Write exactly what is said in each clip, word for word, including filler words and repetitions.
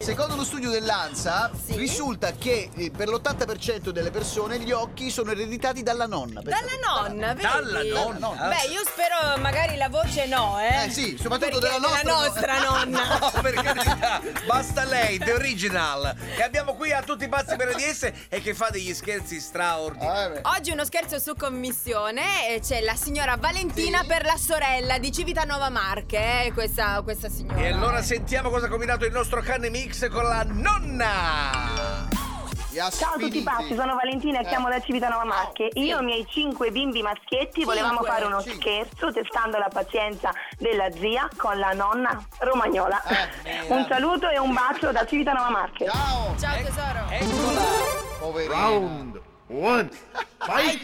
secondo lo studio dell'ANSA Sì? risulta che eh, per l'ottanta per cento delle persone gli occhi sono ereditati dalla nonna. Dalla nonna, vedi? Dalla nonna? Beh, io spero magari la voce no, eh? Eh sì, soprattutto Perché della nostra, della nostra nonna. No, per carità, basta lei, The Original, che abbiamo qui a tutti i pazzi per di esse e che fa degli scherzi straordinari. Eh, beh. Oggi uno scherzo su commissione, e c'è la signora Valentina Sì? per la sorella di Civitanova Marche, eh, questa, questa signora. E allora sentiamo cosa ha combinato il nostro cane Mix con la nonna. Gli ha Ciao a tutti sfiniti. pazzi, sono Valentina e chiamo da Civitanova Marche. Io e i miei cinque bimbi maschietti volevamo fare uno cinque. scherzo testando la pazienza della zia con la nonna romagnola. Eh, Un saluto e un bacio da Civitanova Marche. Ciao. Ciao tesoro. Eccola. Poverino. Round one. Fight!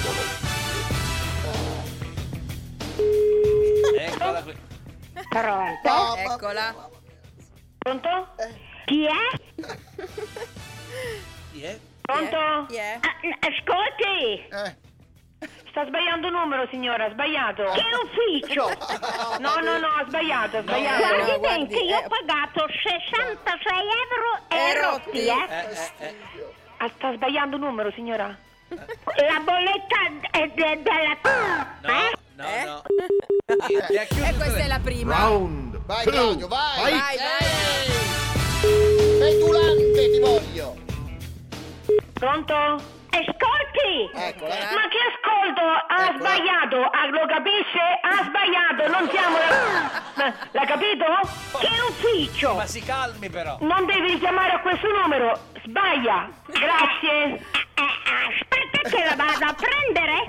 Eccola qui. Pronto? No, ma- Eccola. Pronto? Chi è? Chi è? Pronto? Chi è? Ah, ascolti! Eh. Sta sbagliando numero, signora, ha sbagliato. Che ufficio? No, no, no, ha sbagliato, ha sbagliato. no, Guardi no, bene guardi, che io eh. ho pagato sessantasei euro e E rotti, rotti. eh? Eh, eh, eh. Ah, sta sbagliando numero, signora. La bolletta è de- della... No, Eh? no, Eh? no. Ti ha chiuso E questa il è la prima. Round Vai two. Claudio, vai. Fight! Vai, vai. Petulante ti voglio. Pronto? Ascolti! Eccola. Ma che ascolto? Ha Eccola. sbagliato, ah, lo capisce? Ha sbagliato, non siamo... Ma- L'ha capito? Che ufficio? Ma si calmi però. Non devi richiamare a questo numero, sbaglia. Grazie. Aspetta che la vado a prendere.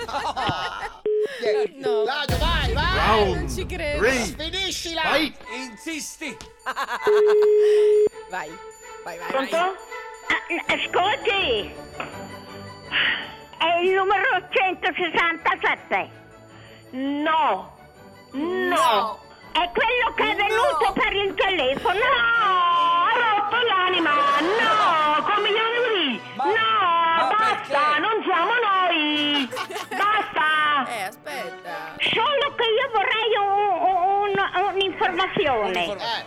No. Claudio, vai, vai. Round Non ci credo. three. Finiscila. Fight! Insisti. Vai, vai, vai. Pronto? vai. Ah, ascolti. È il numero centosessantasette. No. No. È quello che è No. venuto per il telefono. No, ha rotto l'anima. No, come glielo devo dire? Ma- no, ma basta, perché? non siamo noi. Basta. Eh, aspetta. Solo che io vorrei un- un- un'informazione. Un'inform- Eh.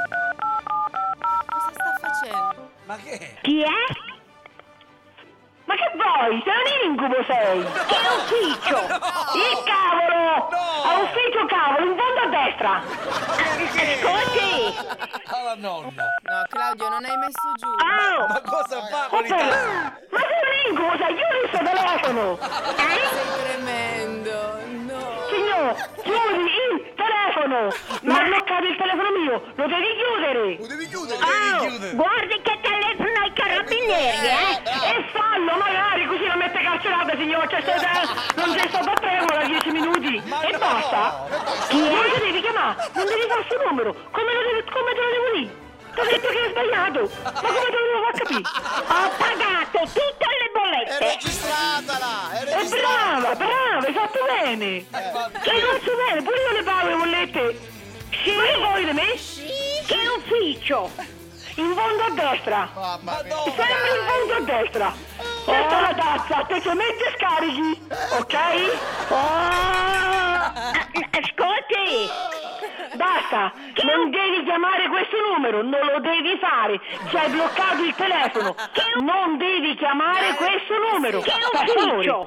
Cosa sta facendo? Ma che è? Chi è? Ma che vuoi? Sei un incubo sei! Che ufficio? Il cavolo! No! A ufficio cavolo, in fondo a destra! Ascolti! Alla nonna. No, Claudio, non hai messo giù. Oh! Ma cosa fa con i Aspetta. tasti? Ma sei un incubo sei? Chiudi questo telefono! Eh? Sei tremendo. No. Signor, chiudi il telefono! Ma ha bloccato il telefono mio! Lo devi chiudere! Lo devi chiudere. Oh, chiudere. guardi che telefono ai carabinieri, eh! E fallo, magari, così la mette carcerata, signor! C'è stato, non c'è stato a tremola da dieci minuti! E basta! Chi è? Non lo devi chiamare! Non devi fare il suo numero! Come, lo devi, come te lo devo dire? Ti ho detto che hai sbagliato! Ma come te lo devo far capire? Ho pagato tutte le È bollette! registrata là, è E registrata. brava, brava, hai fatto bene! Che faccio bene, pure io le pago le bollette! Sì, vuoi di me? Che ufficio? In fondo a destra! Mamma mia. Sempre in fondo a destra! Questa è la tazza, specialmente scarichi! Ok? Oh. Ascolti! Basta! Non devi chiamare questo numero, non lo devi fare! Ci hai bloccato il telefono! Non devi chiamare questo numero! Che ufficio?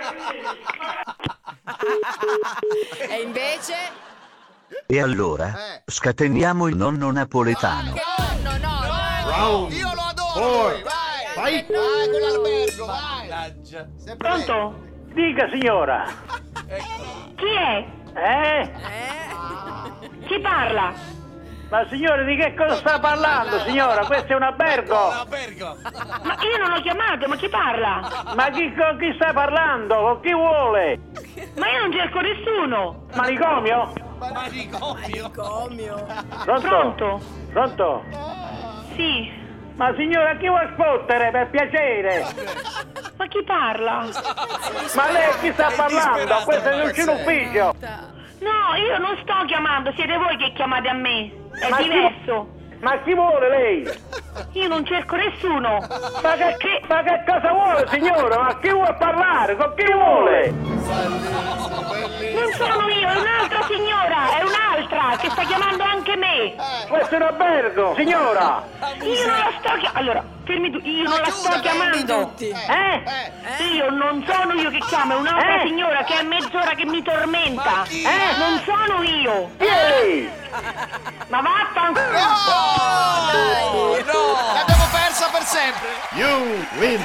E invece? E allora, Eh. scateniamo il nonno napoletano. Che nonno, no, no. Round Io lo adoro. four. lui, Vai. Fight! Vai con l'albergo, vai. Mannaggia. Sempre lei. Pronto? Dica signora. Chi è? Eh? Eh? Chi parla? Ma signore di che cosa sta parlando signora? Questo è un albergo. Albergo. Ma io non ho chiamato, ma chi parla? Ma chi, con chi sta parlando? Con chi vuole? Ma io non cerco nessuno! Manicomio? Manicomio. Manicomio. Pronto? Pronto? Pronto? Sì. Ma signora chi vuole spottere per piacere? Ma chi parla? Ma lei chi sta È parlando? disperata, Questo è ma un sei? ufficio. No, io non sto chiamando, siete voi che chiamate a me. È Ma chi- diverso. Ma chi vuole lei? Io non cerco nessuno. Ma che, chi- ma che cosa vuole signora? Ma chi vuole parlare? Con chi vuole? Bellissimo, bellissimo. Non sono io, è un'altra signora, è un'altra che sta chiamando anche me. Questo è un albergo, signora. Io non la sto chiamando. Allora, fermi tu, io non la sto chiamando. Eh? Io non sono io che chiamo, è un'altra Eh? signora che è mezz'ora che mi tormenta. chi? Eh? Non sono io. Chi è lei? Ma vaffanculo. Oh, no! L'abbiamo persa per sempre. You win.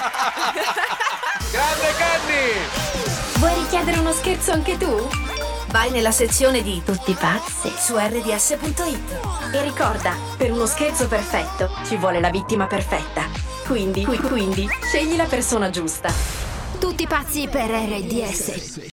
Grande Candy! Vuoi richiedere uno scherzo anche tu? Vai nella sezione di Tutti pazzi. su erre di esse punto it. E ricorda, per uno scherzo perfetto ci vuole la vittima perfetta. Quindi, qui- quindi, scegli la persona giusta. Tutti pazzi per erre di esse.